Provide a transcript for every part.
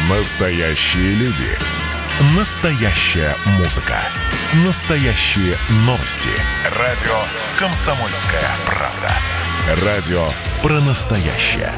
Настоящие люди. Настоящая музыка. Настоящие новости. Радио «Комсомольская правда». Радио про настоящее.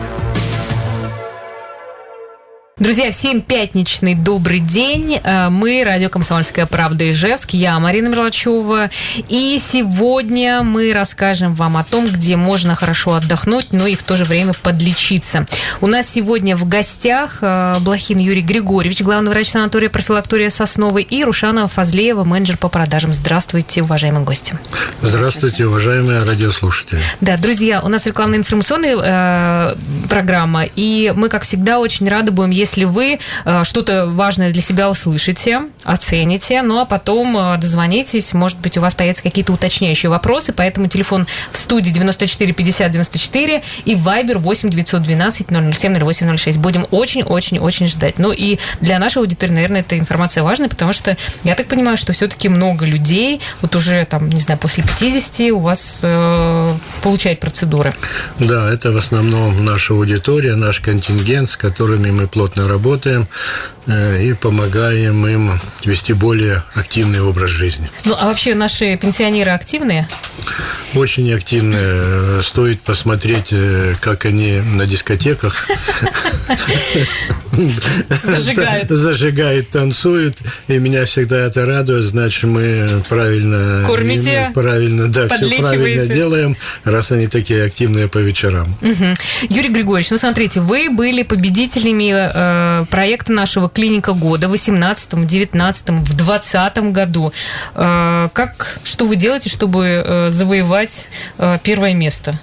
Друзья, всем пятничный добрый день. Мы, радио «Комсомольская правда» Ижевск. Я Марина Мерлачева. И сегодня мы расскажем вам о том, где можно хорошо отдохнуть, но и в то же время подлечиться. У нас сегодня в гостях Блохин Юрий Григорьевич, главный врач санатория профилактория Сосновый, и Рушана Фазлеева, менеджер по продажам. Здравствуйте, уважаемые гости. Здравствуйте, уважаемые радиослушатели. Да, друзья, у нас рекламно-информационная программа, и мы, как всегда, очень рады будем, если вы что-то важное для себя услышите, оцените, ну а потом дозвонитесь, может быть, у вас появятся какие-то уточняющие вопросы, поэтому телефон в студии 94 50 94 и Viber 8 912 007 0806. Будем очень-очень-очень ждать. Ну и для нашей аудитории, наверное, эта информация важна, потому что я так понимаю, что все-таки много людей, вот уже там, не знаю, после 50 у вас получают процедуры. Да, это в основном наша аудитория, наш контингент, с которыми мы плотно работаем и помогаем им вести более активный образ жизни. Ну, а вообще наши пенсионеры активные? Очень активные. Стоит посмотреть, как они на дискотеках зажигают, танцуют, и меня всегда это радует, значит, мы правильно кормите, да, все правильно делаем, раз они такие активные по вечерам. Юрий Григорьевич, ну смотрите, вы были победителями проекта нашего «Клиника года» в 18-м, 19-м, в 20-м году. Что вы делаете, чтобы завоевать первое место?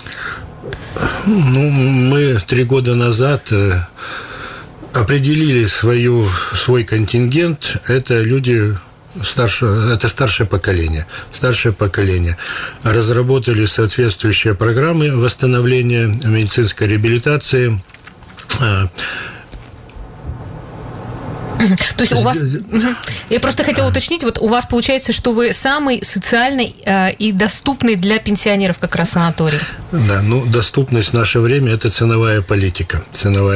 Ну, мы 3 года назад определили свой контингент. Это люди старшее поколение. Разработали соответствующие программы восстановления медицинской реабилитации. То есть у вас... Я просто хотела уточнить, вот у вас получается, что вы самый социальный и доступный для пенсионеров как раз санаторий. Да, ну, доступность в наше время – это ценовая политика.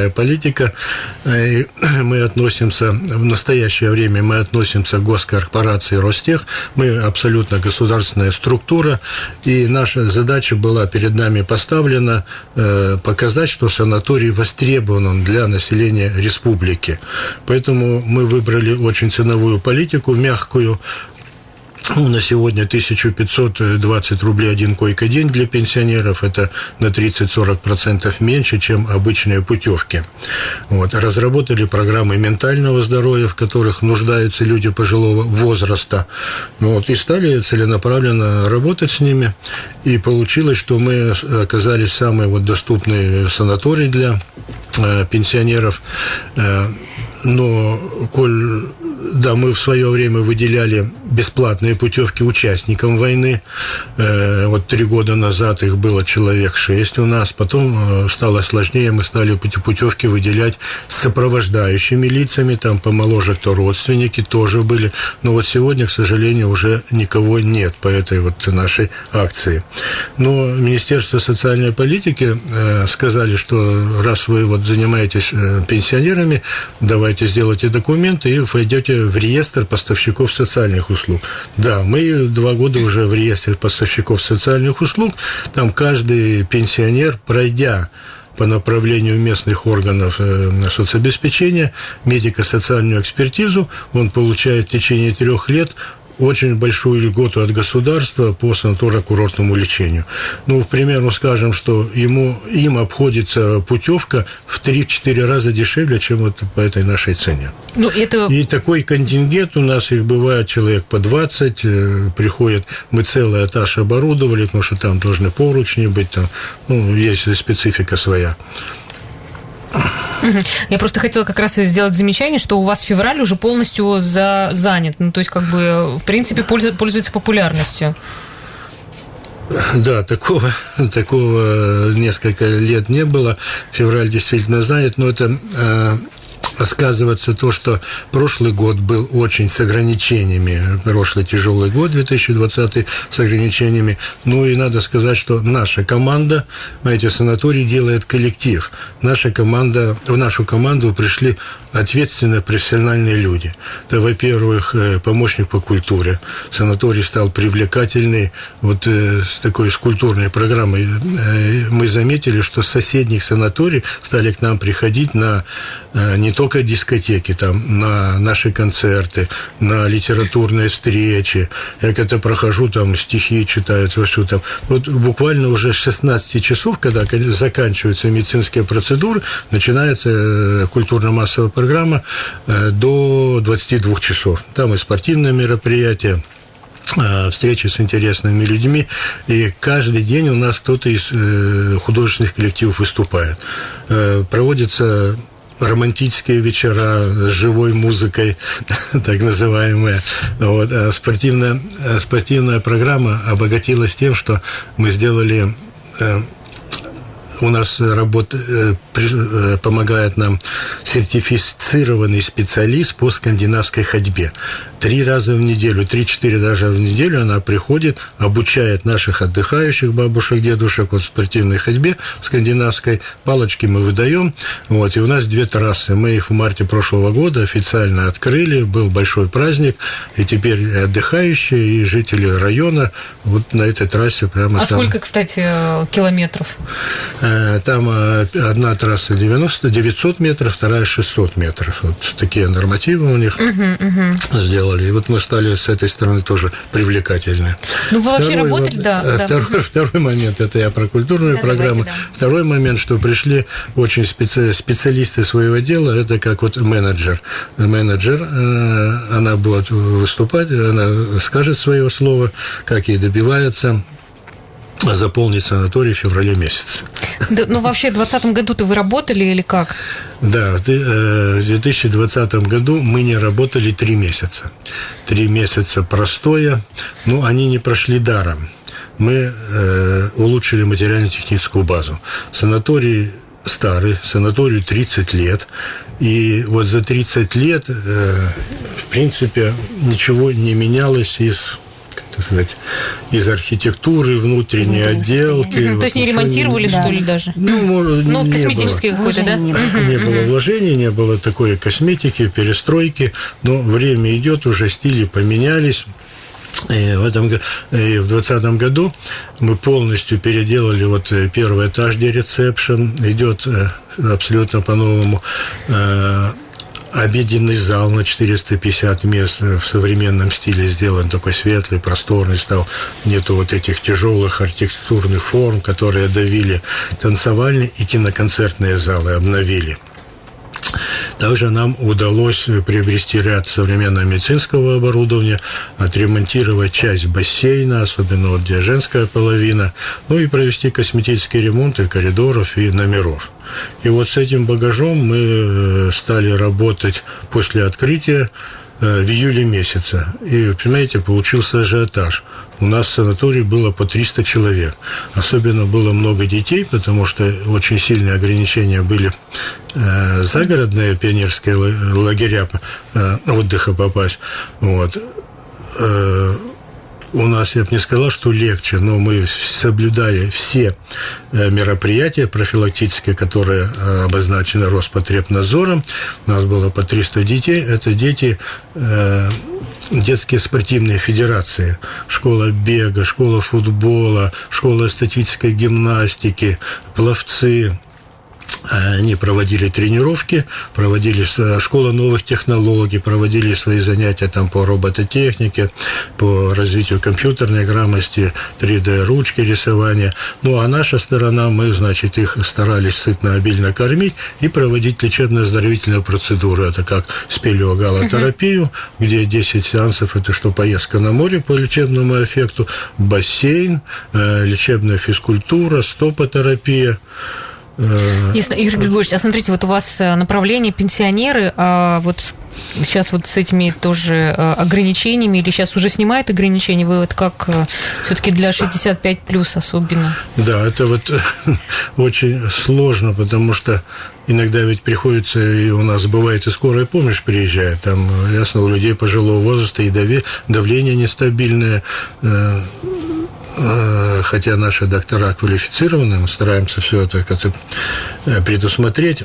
Мы относимся, в настоящее время мы относимся к госкорпорации Ростех, мы абсолютно государственная структура, и наша задача была перед нами поставлена показать, что санаторий востребован для населения республики. Поэтому мы выбрали очень ценовую политику, мягкую. На сегодня 1520 рублей один койко-день для пенсионеров. Это на 30-40% меньше, чем обычные путевки. Вот. Разработали программы ментального здоровья, в которых нуждаются люди пожилого возраста. Вот. И стали целенаправленно работать с ними. И получилось, что мы оказались самый доступный санаторий для пенсионеров. Но, мы в свое время выделяли бесплатные путевки участникам войны. 3 года назад их было человек 6 у нас. Потом стало сложнее, мы стали путевки выделять с сопровождающими лицами. Там помоложе кто родственники тоже были. Но сегодня, к сожалению, уже никого нет по этой нашей акции. Но Министерство социальной политики сказали, что раз вы занимаетесь пенсионерами, давайте сделайте документы и войдете в реестр поставщиков социальных услуг. Да, мы 2 года уже в реестре поставщиков социальных услуг. Там каждый пенсионер, пройдя по направлению местных органов соцобеспечения медико-социальную экспертизу, он получает в течение 3 лет очень большую льготу от государства по санаторно-курортному лечению. Ну, к примеру, скажем, что им обходится путевка в 3-4 раза дешевле, чем по этой нашей цене. И такой контингент у нас, их бывает человек по 20, приходят, мы целый этаж оборудовали, потому что там должны поручни быть, там, есть специфика своя. Я просто хотела как раз сделать замечание, что у вас февраль уже полностью занят. Ну, то есть, в принципе, пользуется популярностью. Да, такого несколько лет не было. Февраль действительно занят, но это сказываться то, что прошлый год был очень с ограничениями, прошлый тяжелый год, 2020, с ограничениями. Ну и надо сказать, что наша команда, эти санатории делает коллектив. В нашу команду пришли ответственные профессиональные люди. Это, во-первых, помощник по культуре. Санаторий стал привлекательный. Вот с такой культурной программой мы заметили, что с соседних санаторий стали к нам приходить на не только дискотеки, там, на наши концерты, на литературные встречи. Я когда прохожу, там стихи читают вовсю. Там. Вот буквально уже с 16 часов, когда заканчиваются медицинские процедуры, начинается культурно-массовая программа до 22 часов. Там и спортивные мероприятия, встречи с интересными людьми, и каждый день у нас кто-то из художественных коллективов выступает. Проводятся романтические вечера с живой музыкой, так называемая. Вот. А спортивная программа обогатилась тем, что мы сделали... У нас помогает нам сертифицированный специалист по скандинавской ходьбе. 3 раза в неделю, 3-4 даже в неделю она приходит, обучает наших отдыхающих бабушек, дедушек вот, в спортивной ходьбе скандинавской. Палочки мы выдаем. Вот, и у нас 2 трассы. Мы их в марте прошлого года официально открыли. Был большой праздник. И теперь отдыхающие и жители района вот на этой трассе прямо там. Сколько, кстати, километров? Там одна трасса 900 метров, вторая 600 метров. Вот такие нормативы у них сделали. И вот мы стали с этой стороны тоже привлекательны. Ну, вы вообще работали, Второй момент, это я про культурную программу. Давайте. Второй момент, что пришли очень специалисты своего дела, это как вот менеджер. Менеджер, она будет выступать, она скажет свое слово, как ей добивается заполнить санаторий в феврале месяце. Да, ну, вообще, в 2020 году-то вы работали или как? Да, в 2020 году мы не работали 3 месяца. 3 месяца простоя, но они не прошли даром. Мы улучшили материально-техническую базу. Санаторий старый, санаторию 30 лет. И вот за 30 лет, в принципе, ничего не менялось из архитектуры, внутренней отделки. То есть не ремонтировали, что ли, даже? Ну, косметические какой-то, да? Не было вложений, не было такой косметики, перестройки, но время идет, уже стили поменялись. И в 2020 году мы полностью переделали вот первый этаж, где ресепшн, идет абсолютно по-новому. Обеденный зал на 450 мест в современном стиле сделан, такой светлый, просторный стал. Нету вот этих тяжелых архитектурных форм, которые давили. Танцевальные и киноконцертные залы обновили. Также нам удалось приобрести ряд современного медицинского оборудования, отремонтировать часть бассейна, особенно вот где женская половина, ну и провести косметические ремонты коридоров и номеров. И вот с этим багажом мы стали работать после открытия в июле месяце. И, понимаете, получился ажиотаж. У нас в санатории было по 300 человек. Особенно было много детей, потому что очень сильные ограничения были загородные пионерские лагеря отдыха попасть. Вот. У нас, я бы не сказал, что легче, но мы, соблюдая все мероприятия профилактические, которые обозначены Роспотребнадзором, у нас было по 300 детей, это дети детские спортивные федерации, школа бега, школа футбола, школа эстетической гимнастики, пловцы. Они проводили тренировки, проводили школа новых технологий, проводили свои занятия там по робототехнике, по развитию компьютерной грамотности, 3D-ручки, рисования. Ну, а наша сторона, мы, значит, их старались сытно, обильно кормить и проводить лечебно-оздоровительную процедуру. Это как спелеогалотерапию, где 10 сеансов, это что, поездка на море по лечебному эффекту, бассейн, лечебная физкультура, стопотерапия. Юрий Григорьевич, а смотрите, вот у вас направление пенсионеры, а вот сейчас вот с этими тоже ограничениями, или сейчас уже снимают ограничения, вы вот как все-таки для 65+ особенно? Да, это вот очень сложно, потому что иногда ведь приходится, и у нас бывает и скорая помощь приезжает, там, ясно, у людей пожилого возраста и давление нестабильное, хотя наши доктора квалифицированы, мы стараемся все это как-то предусмотреть.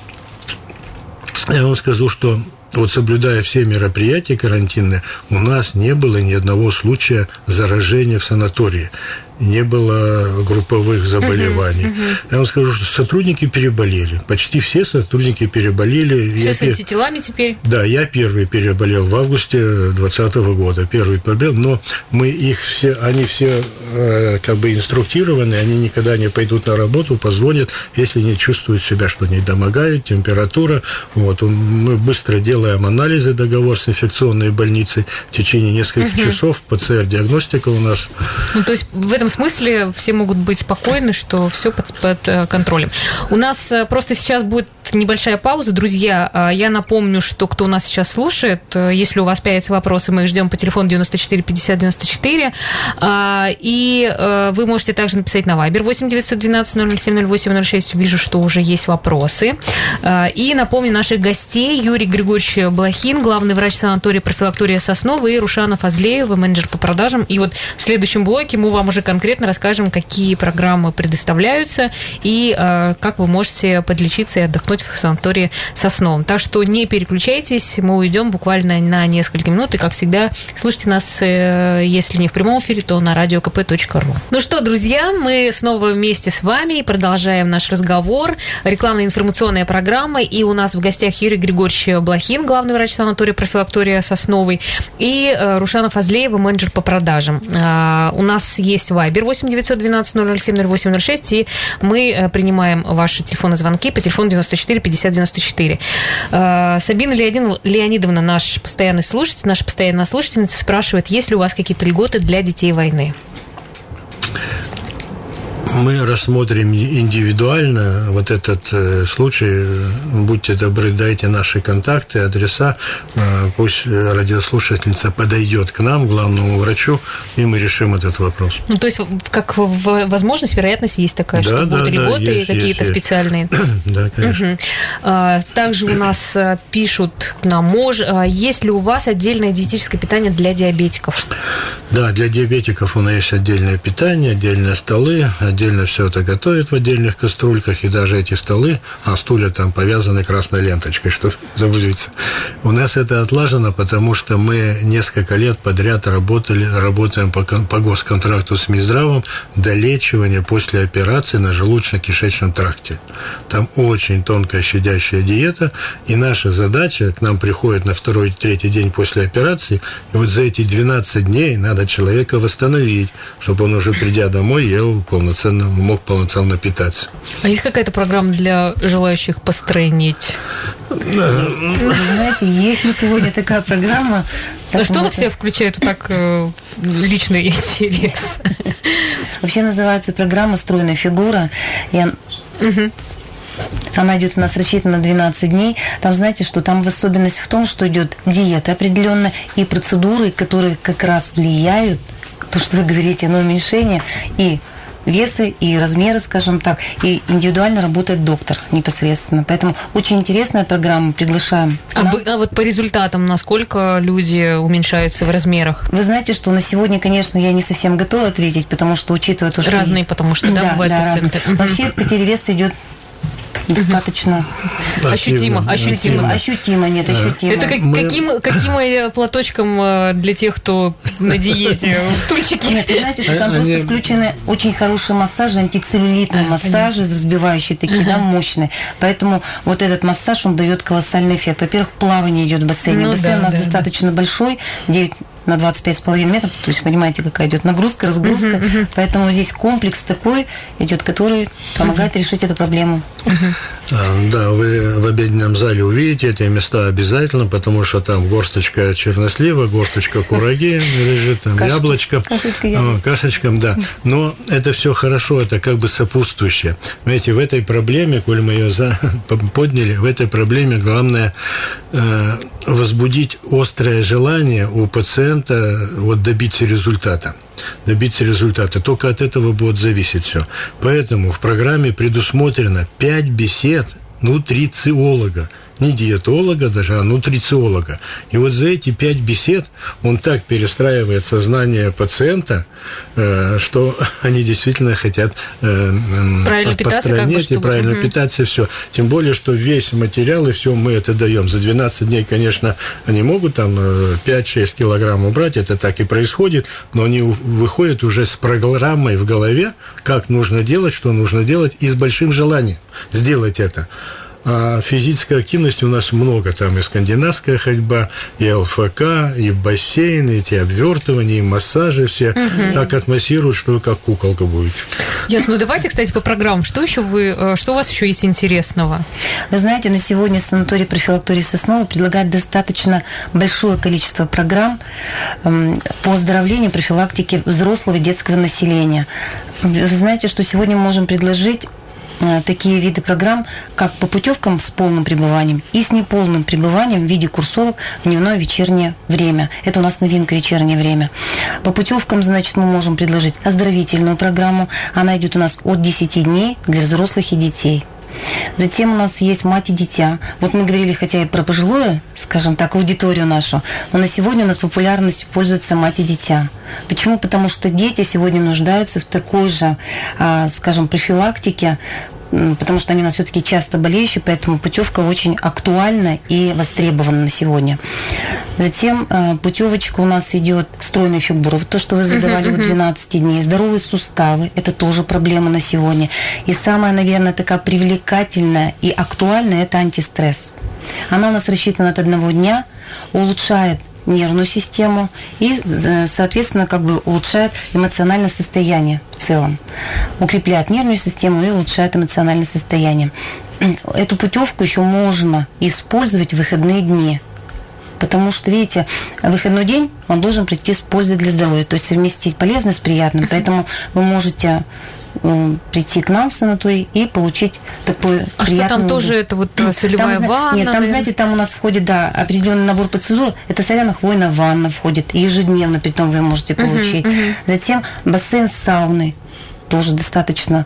Я вам скажу, что вот соблюдая все мероприятия карантинные, у нас не было ни одного случая заражения в санатории. Не было групповых заболеваний. Я вам скажу, что сотрудники переболели. Почти все сотрудники переболели. Все с антителами теперь? Да, я первый переболел в августе 2020 года. Первый переболел, но они все как бы инструктированы, они никогда не пойдут на работу, позвонят, если не чувствуют себя, что недомогает, температура. Вот. Мы быстро делаем анализы, договор с инфекционной больницей. В течение нескольких часов ПЦР-диагностика у нас. Ну, то есть в этом смысле все могут быть спокойны, что все под контролем. У нас просто сейчас будет небольшая пауза. Друзья, я напомню, что кто нас сейчас слушает, если у вас появятся вопросы, мы их ждем по телефону 94 50 94. И вы можете также написать на Viber 8 912 007 08 06. Вижу, что уже есть вопросы. И напомню наших гостей. Юрий Григорьевич Блохин, главный врач санатория профилактория Сосновой, и Рушана Фазлеева, менеджер по продажам. И вот в следующем блоке мы вам уже конкретно расскажем, какие программы предоставляются и как вы можете подлечиться и отдохнуть в санатории Сосновом. Так что не переключайтесь, мы уйдем буквально на несколько минут. И, как всегда, слушайте нас, если не в прямом эфире, то на radiokp.ru. Ну что, друзья, мы снова вместе с вами и продолжаем наш разговор. Рекламно-информационная программа. И у нас в гостях Юрий Григорьевич Блохин, главный врач санатория профилактория Сосновой, и Рушана Фазлеева, менеджер по продажам. У нас есть Viber 8 912 007 08 06, и мы принимаем ваши телефонные звонки по телефону 94 50 94. Сабина Леонидовна, наша постоянная слушательница, спрашивает, есть ли у вас какие-то льготы для детей войны? Мы рассмотрим индивидуально вот этот случай. Будьте добры, дайте наши контакты, адреса. Пусть радиослушательница подойдет к нам, главному врачу, и мы решим этот вопрос. Ну, то есть, как возможность, вероятность есть такая, что будут льготы какие-то специальные? Да, конечно. Также у нас пишут нам, есть ли у вас отдельное диетическое питание для диабетиков? Да, для диабетиков у нас есть отдельное питание, отдельные столы, отдельно все это готовят в отдельных кастрюльках, и даже эти столы, стулья там повязаны красной ленточкой, чтобы забудется. У нас это отлажено, потому что мы несколько лет подряд работаем по госконтракту с Минздравом долечивание после операции на желудочно-кишечном тракте. Там очень тонкая щадящая диета, и наша задача, к нам приходит на 2-3 день после операции, и вот за эти 12 дней надо человека восстановить, чтобы он уже, придя домой, мог полноценно питаться. А есть какая-то программа для желающих постройнеть? Знаете, есть на сегодня такая программа. А что на все включает вот так личный интерес? Вообще называется программа «Стройная фигура». Она идет у нас рассчитана на 12 дней. Там, знаете, что там особенность в том, что идет диета определенная и процедуры, которые как раз влияют, то, что вы говорите, на уменьшение и весы, и размеры, скажем так, и индивидуально работает доктор непосредственно. Поэтому очень интересная программа, приглашаем. А вот по результатам, насколько люди уменьшаются в размерах? Вы знаете, что на сегодня, конечно, я не совсем готова ответить, потому что, учитывая то, что... Разные, потому что, бывают пациенты. Вообще, потеря веса идет достаточно ощутимо. Нет, ощутимо. Это каким платочком для тех, кто на диете, стульчики? Нет, знаете, что там просто включены очень хорошие массажи, антицеллюлитные массажи, разбивающие такие, мощные. Поэтому вот этот массаж, он дает колоссальный эффект. Во-первых, плавание идет в бассейне. Бассейн у нас достаточно большой, 9 на 25,5 метров. То есть, понимаете, какая идет нагрузка, разгрузка. Поэтому здесь комплекс такой идет, который помогает решить эту проблему. Да, вы в обеденном зале увидите эти места обязательно, потому что там горсточка чернослива, горсточка кураги лежит, там яблочко, кашечка, да. Но это все хорошо, это как бы сопутствующее. Знаете, в этой проблеме, коль мы ее подняли, в этой проблеме главное возбудить острое желание у пациента вот добиться результата. Только от этого будет зависеть все. Поэтому в программе предусмотрено 5 бесед нутрициолога. Не диетолога даже, а нутрициолога. И вот за эти 5 бесед он так перестраивает сознание пациента, что они действительно хотят правильно питаться, как бы, чтобы... правильно питаться, и все. Тем более, что весь материал и все мы это даем. За 12 дней, конечно, они могут там 5-6 килограмм убрать, это так и происходит, но они выходят уже с программой в голове, как нужно делать, что нужно делать, и с большим желанием сделать это. А физической активности у нас много. Там и скандинавская ходьба, и ЛФК, и бассейн, и эти обвертывания, и массажи все. Так отмассируют, что вы как куколка будете. Ясно. Ну, давайте, кстати, по программам. Что у вас еще есть интересного? Вы знаете, на сегодня санаторий профилакторий Соснова предлагает достаточно большое количество программ по оздоровлению, профилактике взрослого и детского населения. Вы знаете, что сегодня мы можем предложить такие виды программ, как по путевкам с полным пребыванием и с неполным пребыванием в виде курсовок в дневное вечернее время. Это у нас новинка вечернее время. По путевкам, значит, мы можем предложить оздоровительную программу. Она идет у нас от 10 дней для взрослых и детей. Затем у нас есть мать и дитя. Вот мы говорили, хотя и про пожилую, скажем так, аудиторию нашу, но на сегодня у нас популярностью пользуется мать и дитя. Почему? Потому что дети сегодня нуждаются в такой же, скажем, профилактике, потому что они у нас все-таки часто болеющие, поэтому путевка очень актуальна и востребована на сегодня. Затем путевочка у нас идет стройная фигура, вот то, что вы задавали, 12 дней. Здоровые суставы, это тоже проблема на сегодня. И самая, наверное, такая привлекательная и актуальная – это антистресс. Она у нас рассчитана от 1 дня, улучшает нервную систему и, соответственно, как бы улучшает эмоциональное состояние в целом. Укрепляет нервную систему и улучшает эмоциональное состояние. Эту путевку еще можно использовать в выходные дни. Потому что, видите, выходной день он должен прийти с пользой для здоровья, то есть совместить полезное с приятным. Поэтому вы можете прийти к нам в санаторий и получить такой приятный... А что там тоже это вот солевая ванна? Нет, там, знаете, там у нас входит, да, определенный набор процедур. Это соляно-хвойная ванна входит ежедневно, притом вы можете получить. Затем бассейн с сауной. Тоже достаточно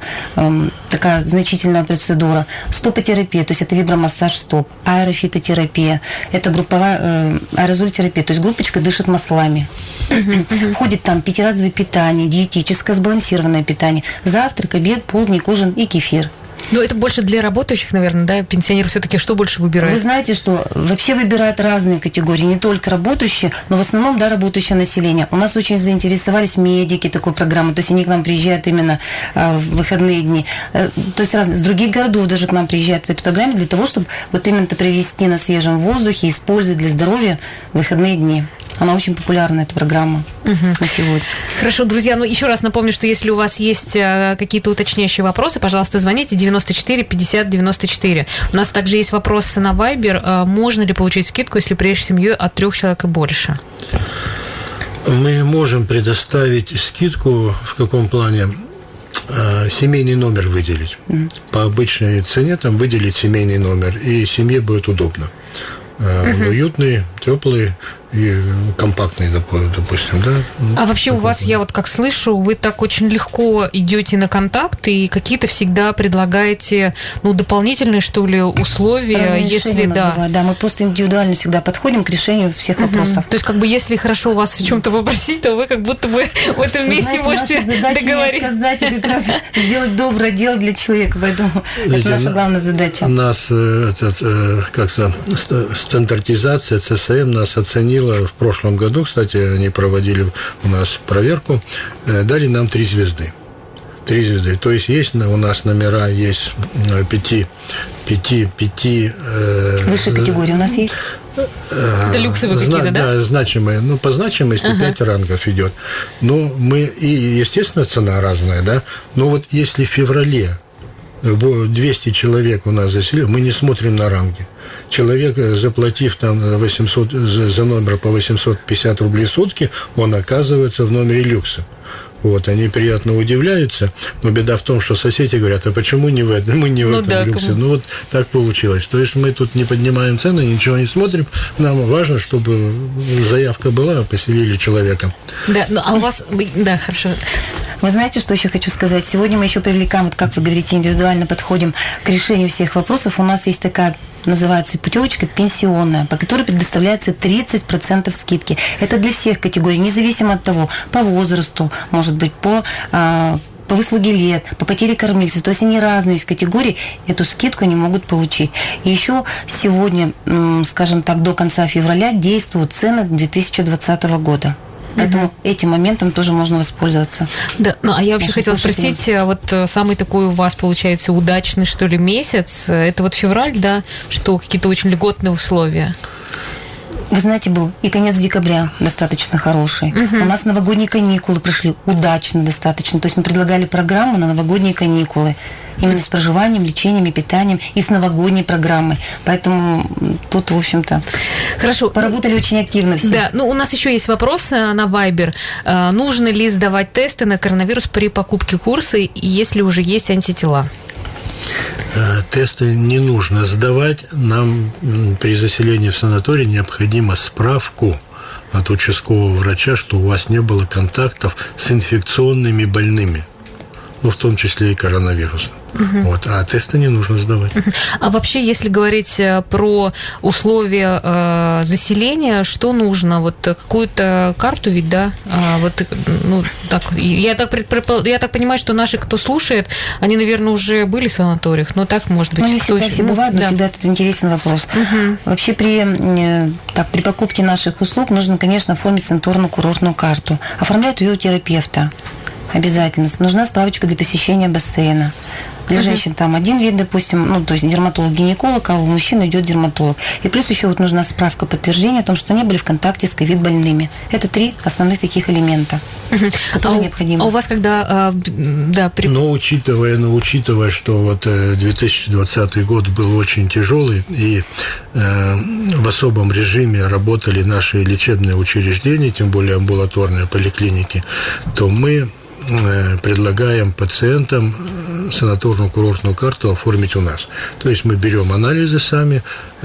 такая значительная процедура. Стопотерапия, то есть это вибромассаж стоп, аэрофитотерапия, это групповая аэрозоль-терапия, то есть группочка дышит маслами. Входит там 5-разовое питание, диетическое, сбалансированное питание, завтрак, обед, полдник, ужин и кефир. Ну, это больше для работающих, наверное, да? Пенсионеры все-таки что больше выбирают? Вы знаете, что вообще выбирают разные категории, не только работающие, но в основном, да, работающее население. У нас очень заинтересовались медики такой программой, то есть они к нам приезжают именно в выходные дни. То есть с других городов даже к нам приезжают в этой программе для того, чтобы вот именно провести на свежем воздухе, использовать для здоровья выходные дни. Она очень популярна, эта программа на сегодня. Хорошо, друзья, ну еще раз напомню, что если у вас есть какие-то уточняющие вопросы, пожалуйста, звоните 94 50 94. У нас также есть вопрос на Viber. Можно ли получить скидку, если приедешь с семьей от 3 человек и больше? Мы можем предоставить скидку в каком плане? Семейный номер выделить. По обычной цене там выделить семейный номер, и семье будет удобно. Он уютный, теплый и компактный, допустим, да. А вообще у вас, я вот как слышу, вы так очень легко идете на контакт и какие-то всегда предлагаете, ну, дополнительные, что ли, условия, если да. Бывает, да, мы просто индивидуально всегда подходим к решению всех вопросов. То есть, как бы, если хорошо вас о чем-то попросить, то вы как будто бы в этом месте можете договориться. Не отказать, и как раз сделать доброе дело для человека, поэтому это наша главная задача. У нас как-то стандартизация ЦСМ нас оценила в прошлом году, кстати, они проводили у нас проверку, дали нам 3 звезды. 3 звезды. То есть есть у нас номера, есть 5. Высшей категории у нас есть? Это люксовые какие-то, да? Да, значимые. Ну, по значимости 5 рангов идет. Но мы, и, естественно, цена разная, да. Но вот если в феврале 200 человек у нас заселили, мы не смотрим на ранги. Человек, заплатив там 800, за номер по 850 рублей в сутки, он оказывается в номере люкса. Вот, они приятно удивляются, но беда в том, что соседи говорят, а почему не в этом? Мы не в этом люксе. Ну, вот так получилось. То есть мы тут не поднимаем цены, ничего не смотрим. Нам важно, чтобы заявка была, поселили человека. Да, ну, а у вас... Да, хорошо. Вы знаете, что еще хочу сказать? Сегодня мы еще привлекаем, вот как вы говорите, индивидуально подходим к решению всех вопросов. У нас есть такая, называется, путевочка пенсионная, по которой предоставляется 30% скидки. Это для всех категорий, независимо от того, по возрасту, может быть, по выслуге лет, по потере кормильца. То есть они разные из категорий, эту скидку они могут получить. И еще сегодня, скажем так, до конца февраля действуют цены 2020 года. Поэтому этим моментом тоже можно воспользоваться. Да, ну а я вообще хотела спросить, вот самый такой у вас, получается, удачный, что ли, месяц, это вот февраль, да, что какие-то очень льготные условия? Вы знаете, был и конец декабря достаточно хороший. У нас новогодние каникулы прошли удачно достаточно. То есть мы предлагали программу на новогодние каникулы. Именно с проживанием, лечением и питанием, и с новогодней программой. Поэтому тут, в общем-то, хорошо. Поработали очень активно все. Да, ну у нас еще есть вопрос на Viber. Нужно ли сдавать тесты на коронавирус при покупке курса, если уже есть антитела? Тесты не нужно сдавать. Нам при заселении в санаторий необходимо справку от участкового врача, что у вас не было контактов с инфекционными больными, ну, в том числе и коронавирусом. Вот, а тесты не нужно сдавать. А вообще, если говорить про условия заселения, что нужно? Вот какую-то карту ведь, да? Вот, ну, так, я так понимаю, что наши, кто слушает, они, наверное, уже были в санаториях, но так, может быть... Ну, не всегда все бывают, но всегда это интересный вопрос. Вообще, при покупке наших услуг нужно, конечно, оформить санаторно-курортную карту. Оформляют ее у терапевта. Обязательно. Нужна справочка для посещения бассейна. Для женщин там один вид, допустим, ну, то есть дерматолог-гинеколог, а у мужчин идет дерматолог. И плюс еще вот нужна справка подтверждения о том, что они были в контакте с ковид-больными. Это 3 основных таких элемента, которые необходимы. А у вас когда... Но учитывая, что вот 2020 год был очень тяжелый, и в особом режиме работали наши лечебные учреждения, тем более амбулаторные поликлиники, то мы предлагаем пациентам санаторно-курортную карту оформить у нас. То есть мы берем анализы сами,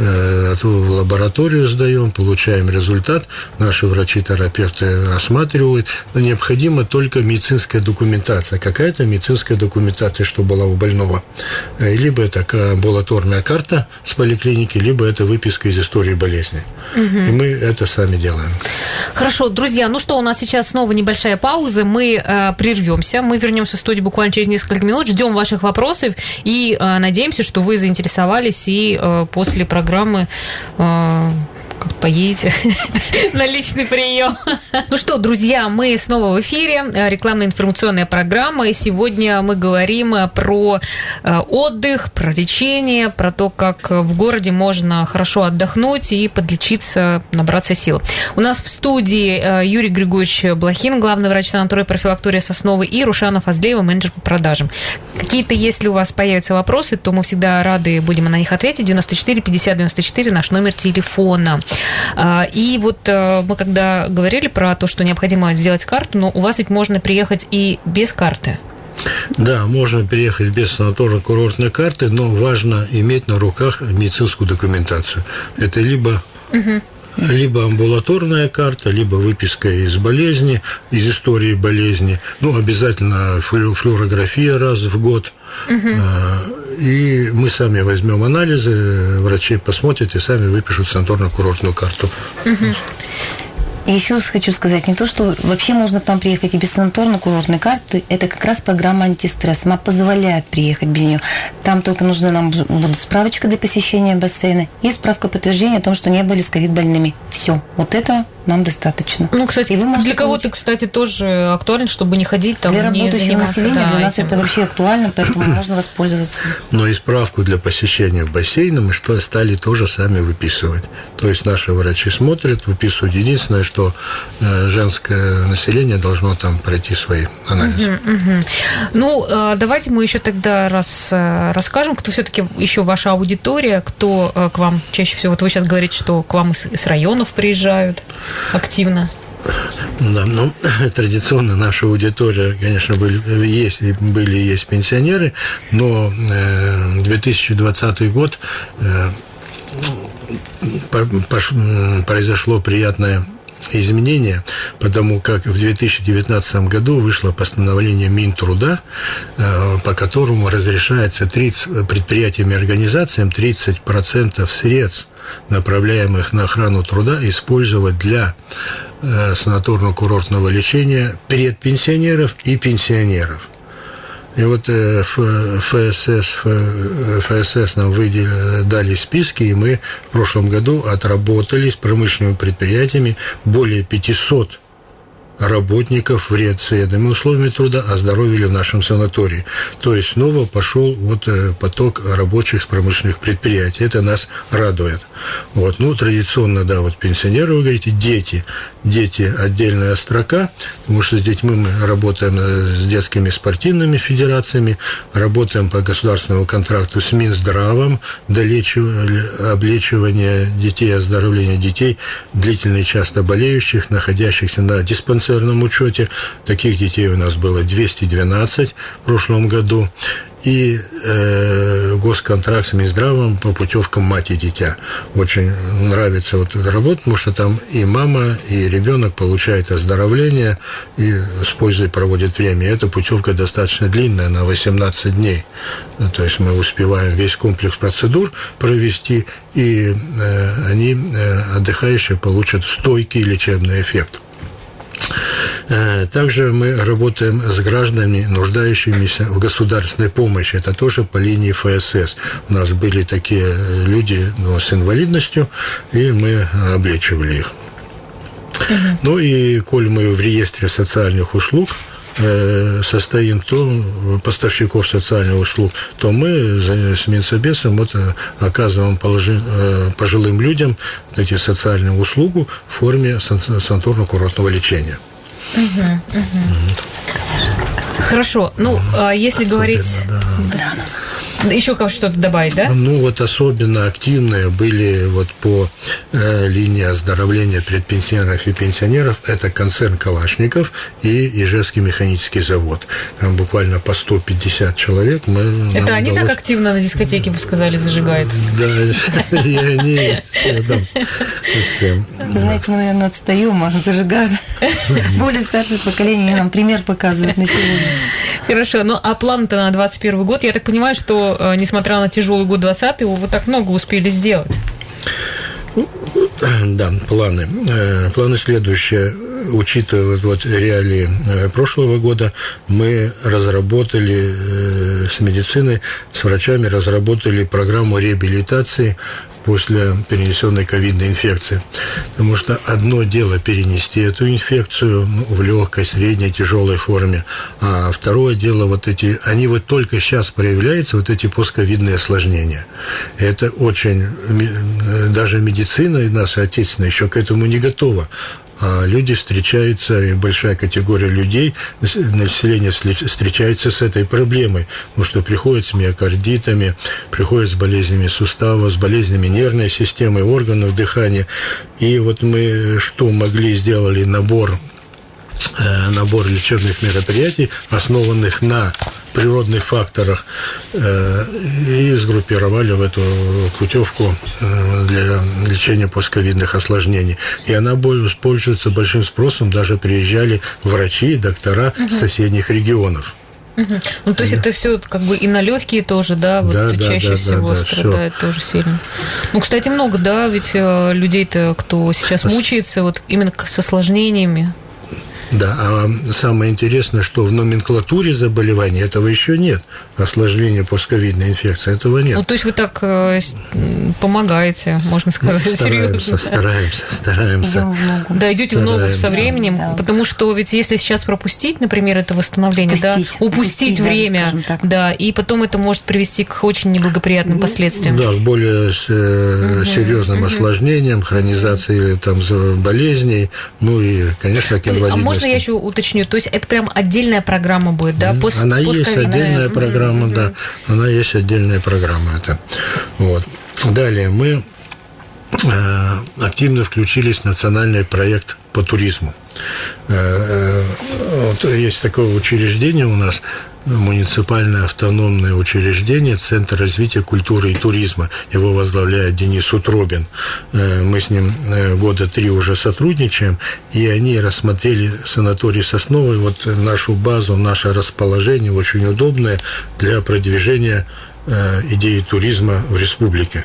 в лабораторию сдаем, получаем результат, наши врачи-терапевты осматривают. Но необходима только медицинская документация. Какая-то медицинская документация, что была у больного. Либо это амбулаторная карта с поликлиники, либо это выписка из истории болезни. И мы это сами делаем. Хорошо, друзья, ну что, у нас сейчас снова небольшая пауза, мы прервемся, мы вернемся в студию буквально через несколько минут, ждем ваших вопросов и надеемся, что вы заинтересовались и после программы поедете на личный прием. Ну что, друзья, мы снова в эфире. Рекламно-информационная программа. И сегодня мы говорим про отдых, про лечение, про то, как в городе можно хорошо отдохнуть и подлечиться, набраться сил. У нас в студии Юрий Григорьевич Блохин, главный врач санатория профилактория Сосновый, и Рушана Фазлеева, менеджер по продажам. Какие-то, если у вас появятся вопросы, то мы всегда рады будем на них ответить. 94 50 94 наш номер телефона. И вот мы когда говорили про то, что необходимо сделать карту, но у вас ведь можно приехать и без карты. Да, можно приехать без санаторно-курортной карты, но важно иметь на руках медицинскую документацию. Это либо амбулаторная карта, либо выписка из болезни, из истории болезни. Ну, обязательно флюорография раз в год. И мы сами возьмем анализы, врачи посмотрят и сами выпишут санаторно-курортную карту. И еще хочу сказать, не то, что вообще можно к нам приехать и без санаторно-курортной карты, это как раз программа антистресс. Она позволяет приехать без нее. Там только нужна нам будет справочка для посещения бассейна и справка подтверждения о том, что не были с ковид-больными. Все. Вот это нам достаточно. Ну, кстати, для кого-то, кстати, тоже актуально, чтобы не ходить там, для не работающего населения, да, для нас это вообще актуально, поэтому можно воспользоваться. Но и справку для посещения в бассейне мы что стали тоже сами выписывать. То есть наши врачи смотрят, выписывают. Единственное, что женское население должно там пройти свои анализы. Ну, давайте мы еще тогда расскажем, кто все-таки еще ваша аудитория, кто к вам чаще всего, вот вы сейчас говорите, что к вам из районов приезжают активно. Да, ну, традиционно наша аудитория, конечно, были и есть пенсионеры, но 2020 год произошло приятное изменения, потому как в 2019 году вышло постановление Минтруда, по которому разрешается предприятиям и организациям 30% средств, направляемых на охрану труда, использовать для санаторно-курортного лечения предпенсионеров и пенсионеров. И вот ФСС нам дали списки, и мы в прошлом году отработали с промышленными предприятиями более 500 работников вредными условиями труда оздоровили в нашем санатории. То есть снова пошел поток рабочих с промышленных предприятий. Это нас радует. Ну, традиционно, да, пенсионеры, вы говорите, дети отдельная строка, потому что с детьми мы работаем с детскими спортивными федерациями, работаем по государственному контракту с Минздравом, облечивание детей, оздоровление детей, длительно и часто болеющих, находящихся на диспансерном учете. Таких детей у нас было 212 в прошлом году. И госконтракт с Минздравом по путевкам мать и дитя. Очень нравится эта работа, потому что там и мама, и ребенок получают оздоровление и с пользой проводят время. И эта путевка достаточно длинная, на 18 дней. То есть мы успеваем весь комплекс процедур провести, и они, отдыхающие, получат стойкий лечебный эффект. Также мы работаем с гражданами, нуждающимися в государственной помощи. Это тоже по линии ФСС. У нас были такие люди с инвалидностью, и мы облечивали их. Ну и коль мы в реестре социальных услуг состоим, то поставщиков социальных услуг, то мы с Минсобесом оказываем пожилым людям эти социальные услуги в форме санаторно-курортного лечения. Хорошо. Ну, если говорить... Еще что-то добавить, да? Ну, особенно активные были по линии оздоровления предпенсионеров и пенсионеров. Это концерн «Калашников» и Ижевский механический завод. Там буквально по 150 человек. Это они так активно на дискотеке, вы сказали, зажигают? Да, и они все. Знаете, мы, наверное, отстаем, а зажигают. Более старшее поколение нам пример показывают на сегодня. Хорошо. Ну, а план-то на 2021 год, я так понимаю, что несмотря на тяжелый год 2020, вы так много успели сделать. Да, планы. Планы следующие. Учитывая реалии прошлого года, мы разработали с медициной, с врачами разработали программу реабилитации после перенесенной ковидной инфекции. Потому что одно дело перенести эту инфекцию в легкой, средней, тяжелой форме, а второе дело они только сейчас проявляются, эти постковидные осложнения. Это очень... Даже медицина наша отечественная еще к этому не готова. А люди встречаются, и большая категория людей, население встречается с этой проблемой, потому что приходят с миокардитами, приходят с болезнями суставов, с болезнями нервной системы, органов дыхания. И мы что могли, сделали набор лечебных мероприятий, основанных на природных факторах, и сгруппировали в эту путевку для лечения постковидных осложнений. И она пользуется большим спросом, даже приезжали врачи и доктора с соседних регионов. Ну, то есть это все и на легкие тоже, да, чаще всего страдает тоже сильно. Ну, кстати, много, да, ведь людей-то, кто сейчас мучается, именно с осложнениями. Да, а самое интересное, что в номенклатуре заболеваний этого еще нет. Осложнения постковидной инфекции, этого нет. Ну, то есть вы так помогаете, можно сказать, серьезно. Стараемся. Да, идете в ногу со временем, да. Потому что ведь если сейчас пропустить, например, это восстановление, упустить время, да, и потом это может привести к очень неблагоприятным последствиям. Да, к более серьезным осложнениям, хронизации там болезней, ну и, конечно, к инвалидности. А можно я еще уточню? То есть это прям отдельная программа будет, да? Она есть отдельная программа, да. Она есть отдельная программа. Это. Вот. Далее мы активно включились в национальный проект по туризму. Вот есть такое учреждение у нас, муниципальное автономное учреждение, Центр развития культуры и туризма. Его возглавляет Денис Утробин. Мы с ним 3 года уже сотрудничаем, и они рассмотрели санаторий Сосновый, вот нашу базу, наше расположение очень удобное для продвижения идеи туризма в республике.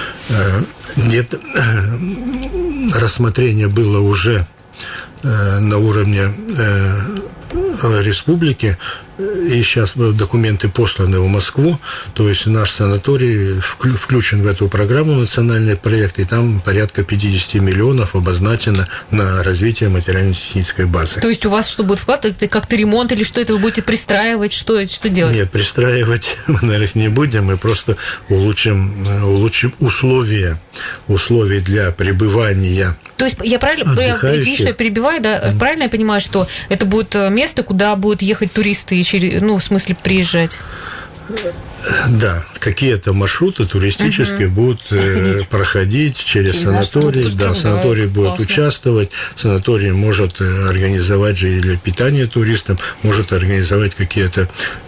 Рассмотрение было уже на уровне республики, и сейчас документы посланы в Москву, то есть наш санаторий включен в эту программу, национальный проект, и там порядка 50 миллионов обозначено на развитие материально-технической базы. То есть у вас что будет вклад? Это как-то ремонт или что это вы будете пристраивать? Что делать? Нет, пристраивать мы, наверное, не будем, мы просто улучшим условия для пребывания. То есть я правильно, извини, что я перебиваю, да, правильно я понимаю, что это будет место, куда будут ехать туристы, в смысле приезжать? Да, какие-то маршруты туристические будут проходить через санаторий. Да, санаторий будет участвовать. Санаторий может организовать же и для питания туристам, может организовать какие-то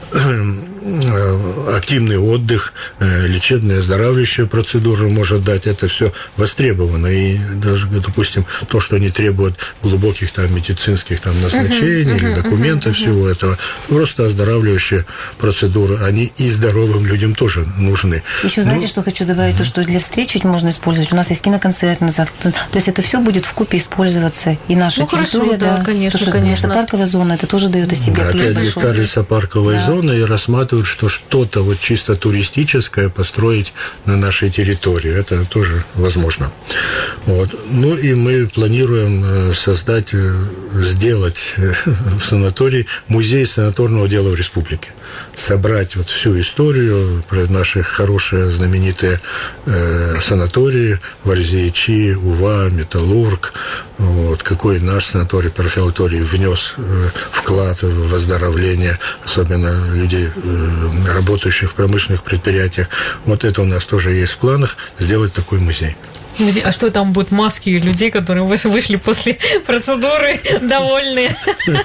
активный отдых, лечебные, оздоравливающие процедуры может дать. Это все востребовано. И даже, допустим, то, что не требует глубоких там медицинских там назначений или документов всего этого, просто оздоравливающие процедуры, они и здоровым людям тоже нужны. Еще знаете, что хочу добавить? То, что для встреч ведь можно использовать. У нас есть киноконцерт назад. То есть это все будет вкупе использоваться. И наша территория, да, конечно. Лесопарковая зона, это тоже дает о себе плюс большой. 5 гектар лесопарковой зоны, и рассматривают, что что-то вот чисто туристическое построить на нашей территории. Это тоже возможно. Вот. Ну и мы планируем сделать в санатории музей санаторного дела в республике. Собрать вот всю историю про наши хорошие знаменитые санатории, Варзеичи, Ува, Металлург, вот, какой наш санаторий, профилакторий внес вклад в выздоровление, особенно людей, работающих в промышленных предприятиях. Вот это у нас тоже есть в планах, сделать такой музей. А что там будут маски людей, которые вышли после процедуры довольные?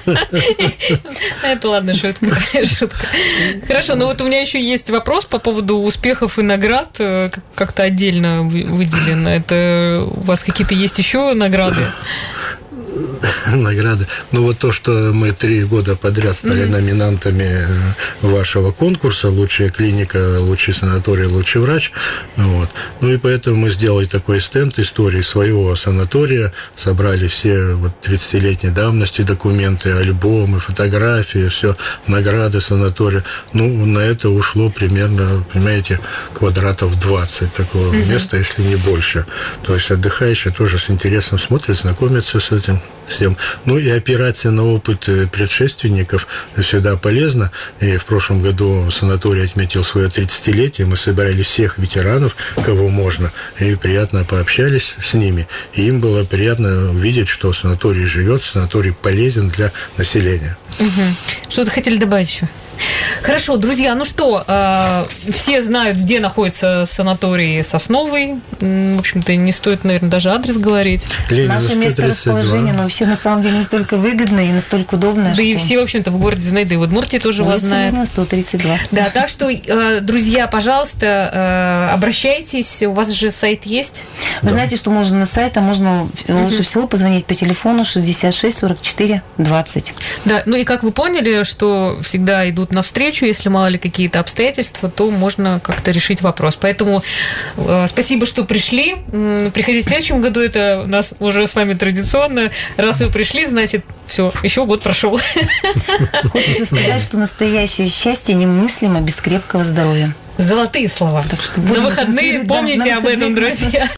Это ладно, шутка. Хорошо, но вот у меня еще есть вопрос по поводу успехов и наград, как-то отдельно выделено. Это у вас какие-то есть еще награды? Награды. Ну, вот то, что мы 3 года подряд стали номинантами вашего конкурса «Лучшая клиника, лучший санаторий, лучший врач». Вот. Ну, и поэтому мы сделали такой стенд истории своего санатория, собрали все 30-летней давности документы, альбомы, фотографии, все, награды санатория. Ну, на это ушло примерно, понимаете, квадратов 20 такого места, если не больше. То есть отдыхающие тоже с интересом смотрят, знакомятся с этим всем. Ну и опираться на опыт предшественников всегда полезно. И в прошлом году санаторий отметил свое 30-летие. Мы собирали всех ветеранов, кого можно, и приятно пообщались с ними. И им было приятно увидеть, что санаторий живет, санаторий полезен для населения. Что-то хотели добавить еще? Хорошо, друзья, ну что, все знают, где находится санаторий Сосновый. В общем-то, не стоит, наверное, даже адрес говорить. Наше место расположения, но вообще, на самом деле, настолько выгодное и настолько удобное. Да и все, в общем-то, в городе знают, да и в Удмуртии тоже вас знают. 132. Да, так что, друзья, пожалуйста, обращайтесь. У вас же сайт есть? Вы знаете, что можно на сайт, а можно лучше всего позвонить по телефону 66 44 20. Да, ну и как вы поняли, что всегда идут придут навстречу, если мало ли какие-то обстоятельства, то можно как-то решить вопрос. Поэтому спасибо, что пришли. Приходите в следующем году, это у нас уже с вами традиционно. Раз вы пришли, значит, все, еще год прошел. Хочется сказать, что настоящее счастье немыслимо без крепкого здоровья. Золотые слова. Так что на выходные помните об этом, друзья.